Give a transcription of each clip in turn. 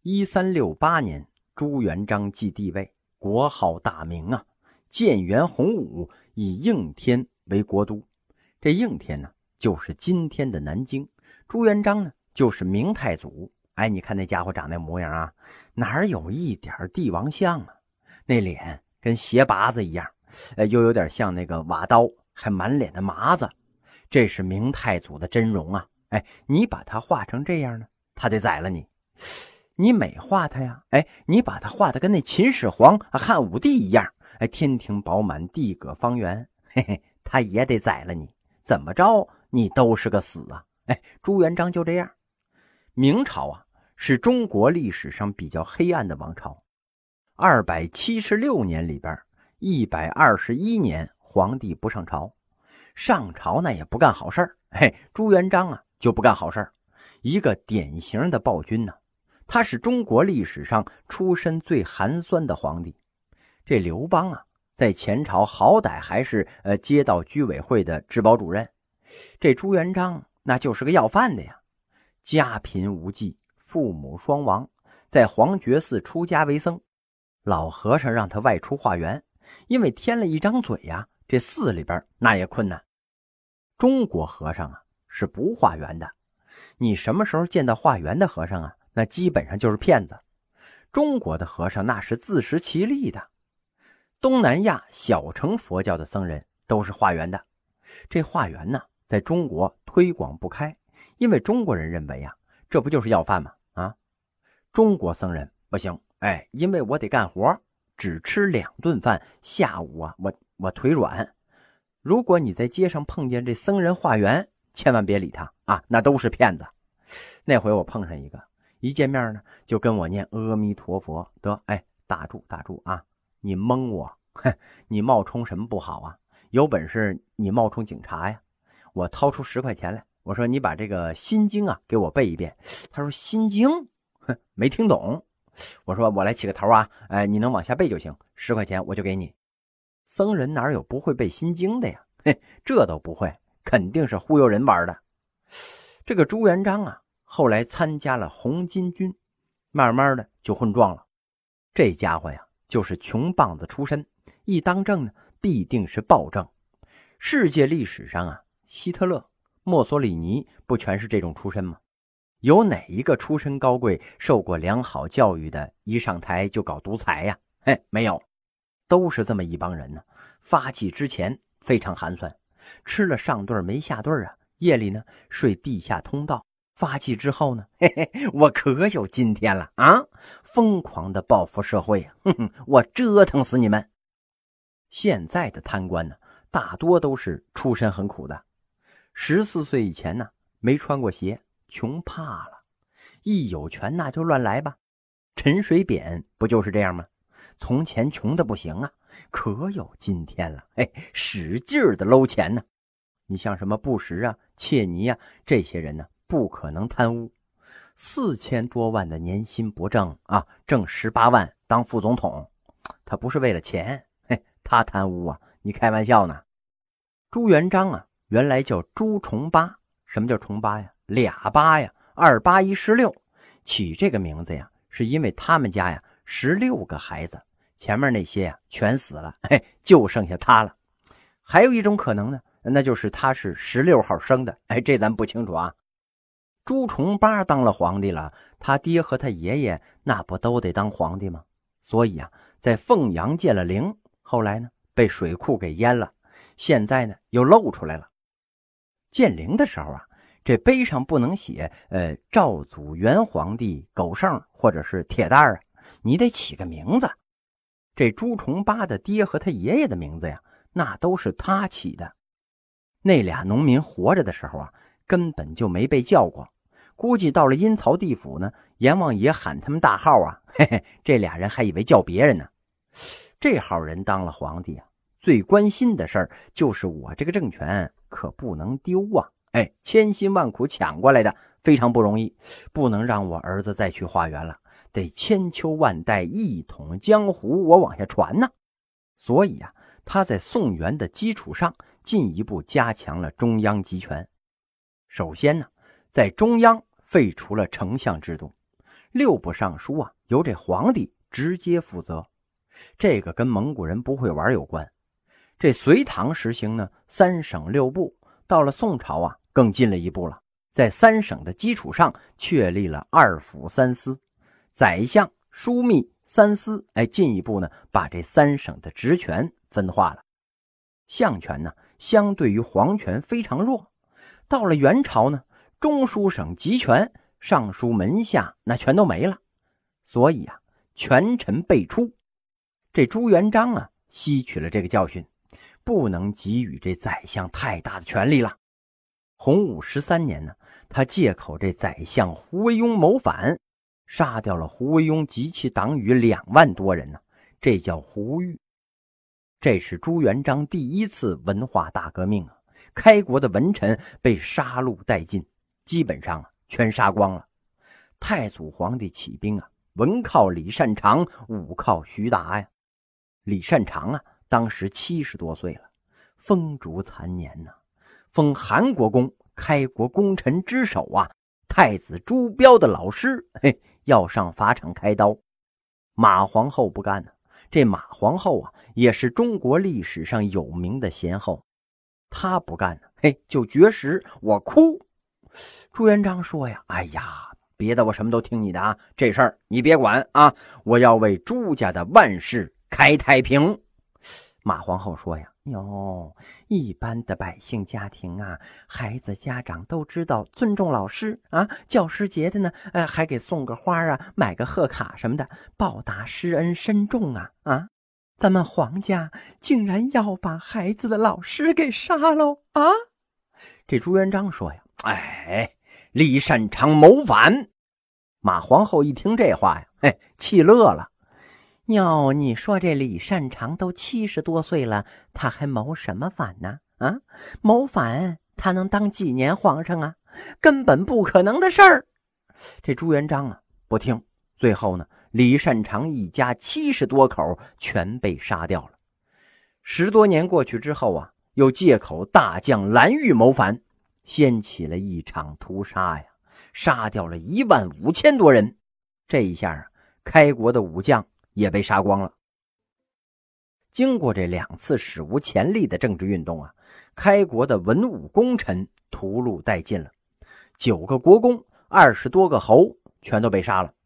1368年，朱元璋继帝位，国号大明啊，建元洪武，以应天为国都。这应天呢，就是今天的南京。朱元璋呢，就是明太祖。哎，你看那家伙长那模样啊，哪有一点帝王像啊？那脸跟鞋拔子一样，又有点像那个瓦刀，还满脸的麻子。这是明太祖的真容啊！哎，你把他画成这样呢，他得宰了你。你美化他呀，哎，你把他画得跟那秦始皇、汉武帝一样，哎，天庭饱满，地阁方圆，嘿嘿，他也得宰了你。怎么着，你都是个死啊！哎，朱元璋就这样。明朝啊，是中国历史上比较黑暗的王朝。276年里边，121年皇帝不上朝，上朝呢也不干好事儿。嘿，朱元璋啊就不干好事儿，一个典型的暴君呢。他是中国历史上出身最寒酸的皇帝。这刘邦啊，在前朝好歹还是街道居委会的治保主任，这朱元璋那就是个要饭的呀。家贫无继，父母双亡，在黄觉寺出家为僧。老和尚让他外出化缘，因为添了一张嘴呀，这寺里边那也困难。中国和尚啊是不化缘的，你什么时候见到化缘的和尚啊，那基本上就是骗子。中国的和尚那是自食其力的。东南亚小乘佛教的僧人都是化缘的。这化缘呢，在中国推广不开，因为中国人认为啊，这不就是要饭吗？啊，中国僧人不行，哎，因为我得干活，只吃2顿饭，下午啊，我腿软。如果你在街上碰见这僧人化缘，千万别理他啊，那都是骗子。那回我碰上一个，一见面呢就跟我念阿弥陀佛，得，哎，打住啊，你蒙我，你冒充什么不好啊？有本事你冒充警察呀！我掏出10块钱来，我说你把这个心经啊给我背一遍。他说心经，没听懂。我说我来起个头啊，哎，你能往下背就行，10块钱我就给你。僧人哪有不会背心经的呀？嘿，这都不会，肯定是忽悠人玩的。这个朱元璋啊，后来参加了红巾军，慢慢的就混壮了。这家伙呀，就是穷棒子出身，一当政呢，必定是暴政。世界历史上啊，希特勒、墨索里尼不全是这种出身吗？有哪一个出身高贵、受过良好教育的，一上台就搞独裁呀？嘿，没有，都是这么一帮人呢。发迹之前非常寒酸，吃了上顿没下顿啊，夜里呢睡地下通道。发迹之后呢，嘿嘿，我可有今天了啊！疯狂的报复社会啊，我折腾死你们！现在的贪官呢，大多都是出身很苦的，14岁以前呢没穿过鞋，穷怕了，一有权那就乱来吧。陈水扁不就是这样吗？从前穷的不行啊，可有今天了，哎，使劲的搂钱呢。你像什么布什啊、切尼啊这些人呢，不可能贪污。4000多万的年薪不挣啊，挣18万当副总统，他不是为了钱，嘿，他贪污啊，你开玩笑呢。朱元璋啊，原来叫朱重八。什么叫重八呀？俩八呀，28116。起这个名字呀，是因为他们家呀16个孩子，前面那些呀全死了，嘿，就剩下他了。还有一种可能呢，那就是他是16号生的，哎，这咱不清楚啊。朱重八当了皇帝了，他爹和他爷爷那不都得当皇帝吗？所以啊，在凤阳建了陵，后来呢被水库给淹了，现在呢又露出来了。建陵的时候啊，这碑上不能写赵祖元皇帝狗剩或者是铁蛋啊，你得起个名字。这朱重八的爹和他爷爷的名字呀，那都是他起的。那俩农民活着的时候啊，根本就没被叫过，估计到了阴曹地府呢，阎王爷喊他们大号啊，嘿嘿，这俩人还以为叫别人呢。这号人当了皇帝啊，最关心的事儿就是我这个政权可不能丢啊，哎，千辛万苦抢过来的，非常不容易，不能让我儿子再去化缘了，得千秋万代一统江湖，我往下传呢。所以啊，他在宋元的基础上进一步加强了中央集权。首先呢，在中央废除了丞相制度， 六部尚书啊，由这皇帝直接负责。这个跟蒙古人不会玩有关。这隋唐实行呢3省6部，到了宋朝啊更进了一步了，在3省的基础上确立了2府3司，宰相、枢密、3司，进一步呢把这3省的职权分化了。相权呢相对于皇权非常弱。到了元朝呢，中书省集权，尚书门下那全都没了，所以啊权臣辈出。这朱元璋啊吸取了这个教训，不能给予这宰相太大的权力了。洪武13年呢，他借口这宰相胡惟庸谋反，杀掉了胡惟庸及其党羽2万多人呢，这叫胡狱。这是朱元璋第一次文化大革命啊，开国的文臣被杀戮殆尽，基本上啊全杀光了。太祖皇帝起兵啊，文靠李善长，武靠徐达呀。李善长啊当时70多岁了，风烛残年呢，封韩国公，开国功臣之首啊，太子朱标的老师，要上法场开刀。马皇后不干呢，这马皇后啊也是中国历史上有名的贤后，她不干呢，就绝食，我哭。朱元璋说呀，哎呀，别的我什么都听你的啊，这事儿你别管啊，我要为朱家的万事开太平。马皇后说呀，哟，一般的百姓家庭啊，孩子家长都知道尊重老师啊，教师节的呢，还给送个花啊，买个贺卡什么的，报答师恩深重啊啊！咱们皇家竟然要把孩子的老师给杀喽啊！这朱元璋说呀，李善长谋反。马皇后一听这话呀，气乐了。哟，你说这李善长都70多岁了，他还谋什么反呢？啊，谋反他能当几年皇上啊？根本不可能的事儿。这朱元璋啊不听，最后呢，李善长一家70多口全被杀掉了。10多年过去之后啊，又借口大将蓝玉谋反，掀起了一场屠杀呀，杀掉了15000多人。这一下啊，开国的武将也被杀光了。经过这2次史无前例的政治运动啊，开国的文武功臣屠戮殆尽了，9个国公，20多个侯全都被杀了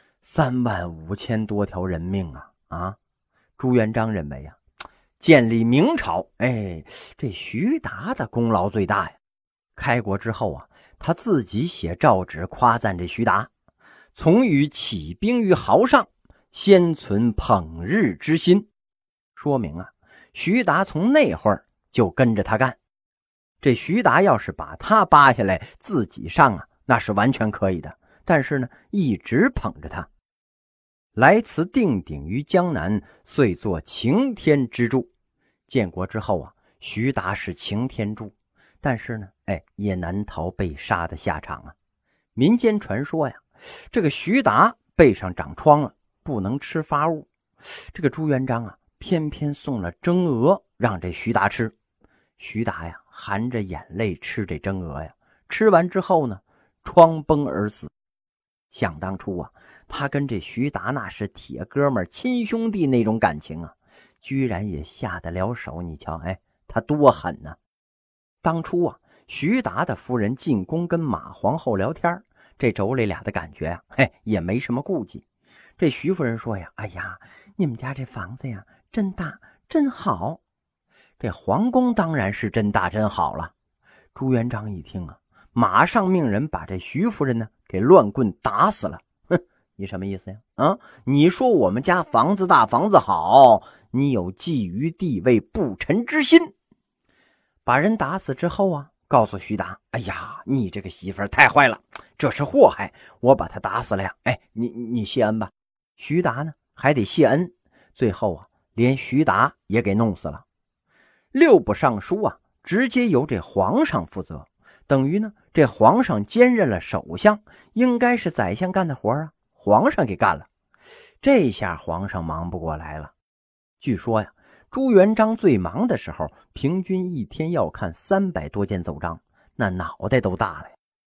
，35000多条人命啊！朱元璋认为啊，建立明朝，这徐达的功劳最大呀。开国之后啊，他自己写诏旨夸赞这徐达，从与起兵于壕上，先存捧日之心，说明啊，徐达从那会儿就跟着他干。这徐达要是把他扒下来自己上啊，那是完全可以的，但是呢，一直捧着他。来辞定鼎于江南，遂作擎天之柱。建国之后啊，徐达是擎天柱，但是呢，也难逃被杀的下场啊。民间传说呀，这个徐达背上长疮了，不能吃发物。这个朱元璋啊，偏偏送了蒸鹅让这徐达吃。徐达呀，含着眼泪吃这蒸鹅呀，吃完之后呢，疮崩而死。想当初啊，他跟这徐达那是铁哥们亲兄弟那种感情啊，居然也下得了手。你瞧，他多狠呢！当初啊，徐达的夫人进宫跟马皇后聊天，这妯娌俩的感觉也没什么顾忌。这徐夫人说呀，哎呀，你们家这房子呀，真大真好。这皇宫当然是真大真好了。朱元璋一听啊，马上命人把这徐夫人呢给乱棍打死了。你什么意思呀？啊，你说我们家房子大房子好，你有觊觎地位不臣之心。把人打死之后啊，告诉徐达，哎呀，你这个媳妇儿太坏了，这是祸害，我把他打死了呀。你谢恩吧。徐达呢还得谢恩，最后啊，连徐达也给弄死了。6部尚书啊，直接由这皇上负责，等于呢，这皇上兼任了首相，应该是宰相干的活啊，皇上给干了。这下皇上忙不过来了。据说呀，朱元璋最忙的时候，平均一天要看300多件奏章，那脑袋都大了呀。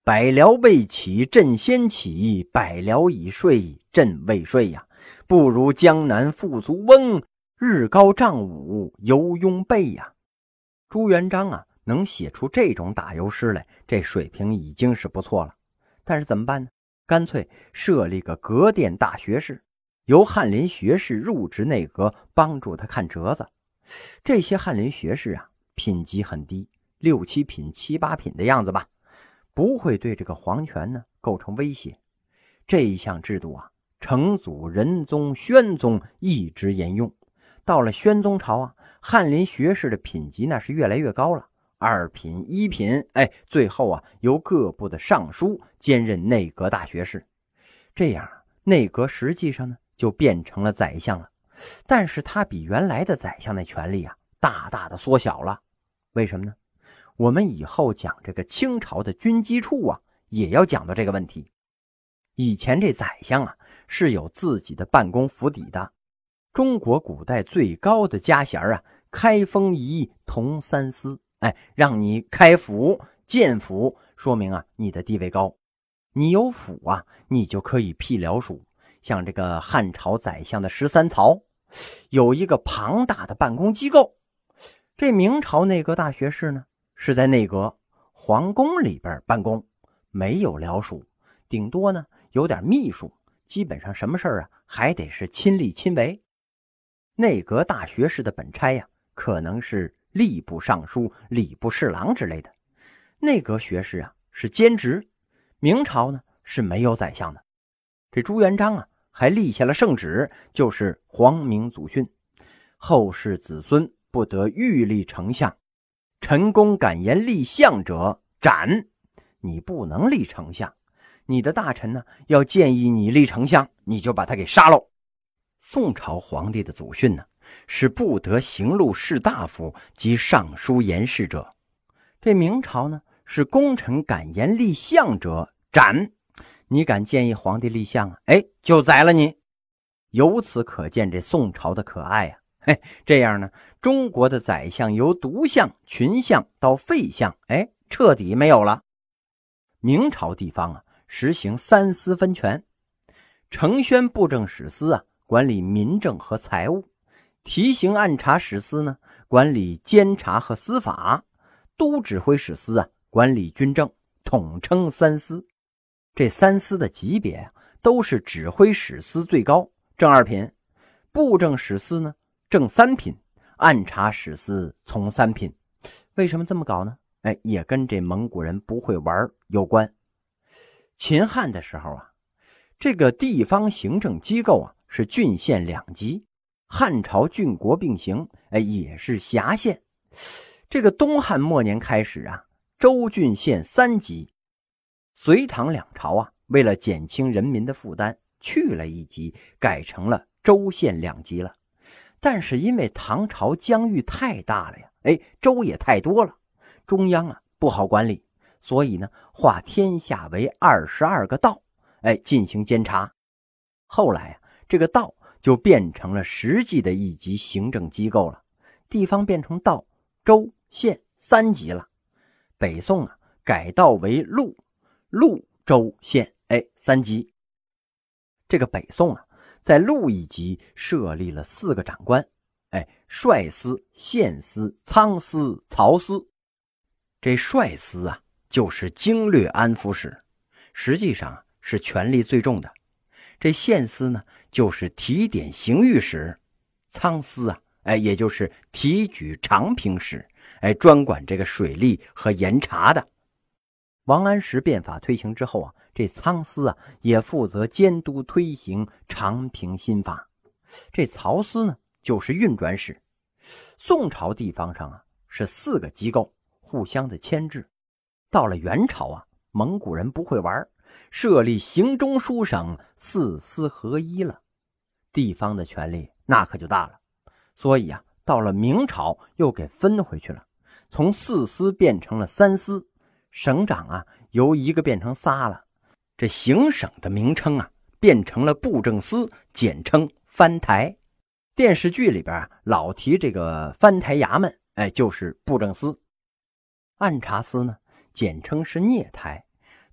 百僚未起，朕先起；百僚已睡，朕未睡呀。不如江南富足翁，日高帐午犹拥被呀。朱元璋啊，能写出这种打油诗来，这水平已经是不错了。但是怎么办呢？干脆设立个阁殿大学士，由翰林学士入职内阁，帮助他看折子。这些翰林学士啊，品级很低，6、7品、7、8品的样子吧，不会对这个皇权呢构成威胁。这一项制度啊，成祖、仁宗、宣宗一直沿用。到了宣宗朝啊，翰林学士的品级那是越来越高了，2品、1品，最后啊，由各部的尚书兼任内阁大学士。这样内阁实际上呢就变成了宰相了，但是他比原来的宰相的权力啊大大的缩小了。为什么呢？我们以后讲这个清朝的军机处啊，也要讲到这个问题。以前这宰相啊是有自己的办公府邸的。中国古代最高的家衔啊，开封仪同三司，让你开府建府，说明啊你的地位高。你有府啊，你就可以辟辽属。像这个汉朝宰相的13曹，有一个庞大的办公机构。这明朝内阁大学士呢，是在内阁皇宫里边办公，没有辽属，顶多呢有点秘书，基本上什么事啊还得是亲力亲为。内阁大学士的本差呀，可能是吏部尚书、礼部侍郎之类的。内阁学士啊是兼职。明朝呢是没有宰相的。这朱元璋啊还立下了圣旨，就是皇明祖训，后世子孙不得欲立丞相，臣公敢言立相者斩。你不能立丞相，你的大臣呢要建议你立丞相，你就把他给杀喽。宋朝皇帝的祖训呢是不得行录士大夫及尚书言事者。这明朝呢是功臣敢言立相者斩，你敢建议皇帝立相啊，就宰了你。由此可见这宋朝的可爱啊。这样呢，中国的宰相由独相、群相到废相，彻底没有了。明朝地方啊实行3司分权，承宣布政使司啊管理民政和财务，提刑按察使司呢管理监察和司法，都指挥使司啊管理军政，统称3司。这3司的级别啊都是指挥使司最高，正2品，布政使司呢正3品，按察使司从3品。为什么这么搞呢？也跟这蒙古人不会玩有关。秦汉的时候啊，这个地方行政机构啊是郡县2级，汉朝郡国并行，也是辖县。这个东汉末年开始啊，州郡县3级。隋唐2朝啊，为了减轻人民的负担，去了1级，改成了州县2级了。但是因为唐朝疆域太大了呀，州也太多了，中央啊不好管理，所以呢划天下为22个道，进行监察。后来啊，这个道就变成了实际的1级行政机构了，地方变成道、州、县3级了。北宋啊改道为路、州、县，3级。这个北宋啊在路1级设立了4个长官，帅司、县司、仓司、曹司。这帅司啊就是经略安抚使，实际上是权力最重的。这县司呢就是提点刑狱使，仓司啊也就是提举长平使，专管这个水利和严查的。王安石变法推行之后啊，这仓司啊也负责监督推行长平新法。这曹司呢就是运转使。宋朝地方上啊是4个机构互相的牵制。到了元朝啊，蒙古人不会玩，设立行中书省，4司合一了，地方的权力那可就大了。所以啊，到了明朝又给分回去了，从4司变成了3司，省长啊由1个变成仨了。这行省的名称啊变成了布政司，简称藩台。电视剧里边啊老提这个藩台衙门，就是布政司。按察司呢简称是聂台，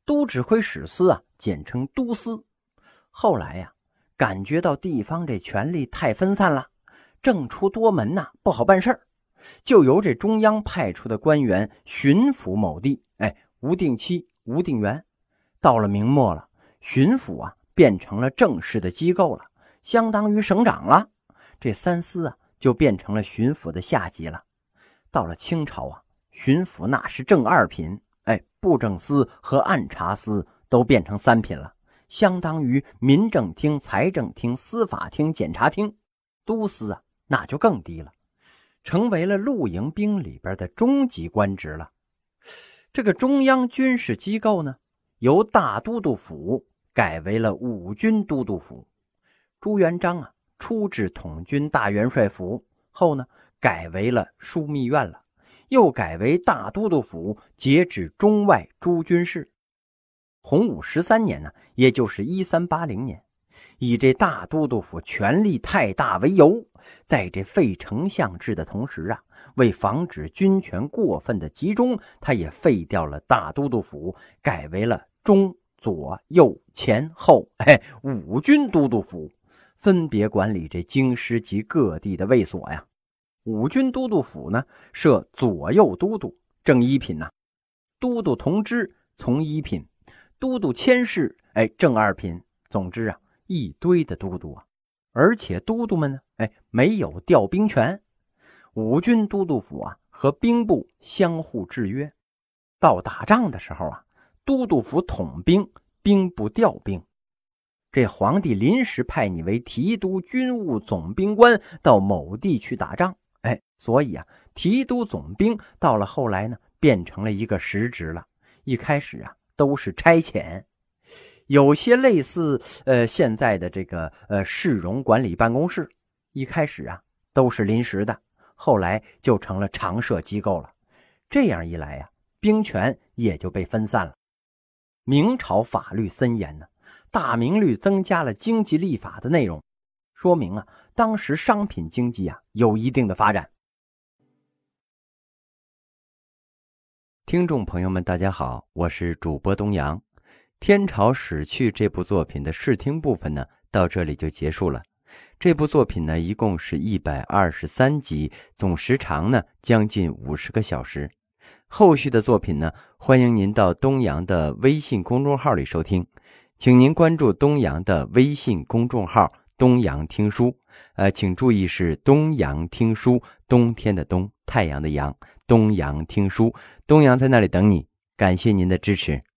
都指挥使司啊，简称都司。后来呀，感觉到地方这权力太分散了，政出多门呐，不好办事儿，就由这中央派出的官员巡抚某地，无定期无定员。到了明末了，巡抚啊变成了正式的机构了，相当于省长了。这三司啊就变成了巡抚的下级了。到了清朝啊，巡抚那是正二品，布政司和按察司都变成三品了，相当于民政厅、财政厅、司法厅、检察厅。都司啊那就更低了，成为了陆营兵里边的中级官职了。这个中央军事机构呢，由大都督府改为了五军都督府。朱元璋啊出至统军大元帅府后呢，改为了枢密院了，又改为大都督府，节制中外诸军事。洪武13年呢，也就是1380年，以这大都督府权力太大为由，在这废丞相制的同时啊，为防止军权过分的集中，他也废掉了大都督府，改为了中左右前后五军都督府，分别管理这京师及各地的卫所呀。五军都督府呢，设左右都督，正一品呐；都督同知，从一品；都督佥事，正二品。总之啊，一堆的都督啊，而且都督们呢，没有调兵权。五军都督府啊和兵部相互制约，到打仗的时候啊，都督府统兵，兵部调兵。这皇帝临时派你为提督军务总兵官到某地去打仗，所以啊，提督总兵到了后来呢，变成了一个实职了。一开始啊，都是差遣，有些类似现在的这个市容管理办公室，一开始啊都是临时的，后来就成了常设机构了。这样一来啊，兵权也就被分散了。明朝法律森严呢，大明律增加了经济立法的内容，说明啊，当时商品经济啊有一定的发展。听众朋友们大家好，我是主播东阳。天朝史趣这部作品的试听部分呢，到这里就结束了。这部作品呢，一共是123集，总时长呢将近50个小时。后续的作品呢，欢迎您到东阳的微信公众号里收听，请您关注东阳的微信公众号东阳听书，请注意是东阳听书，冬天的冬，太阳的阳，东阳听书，东阳在那里等你，感谢您的支持。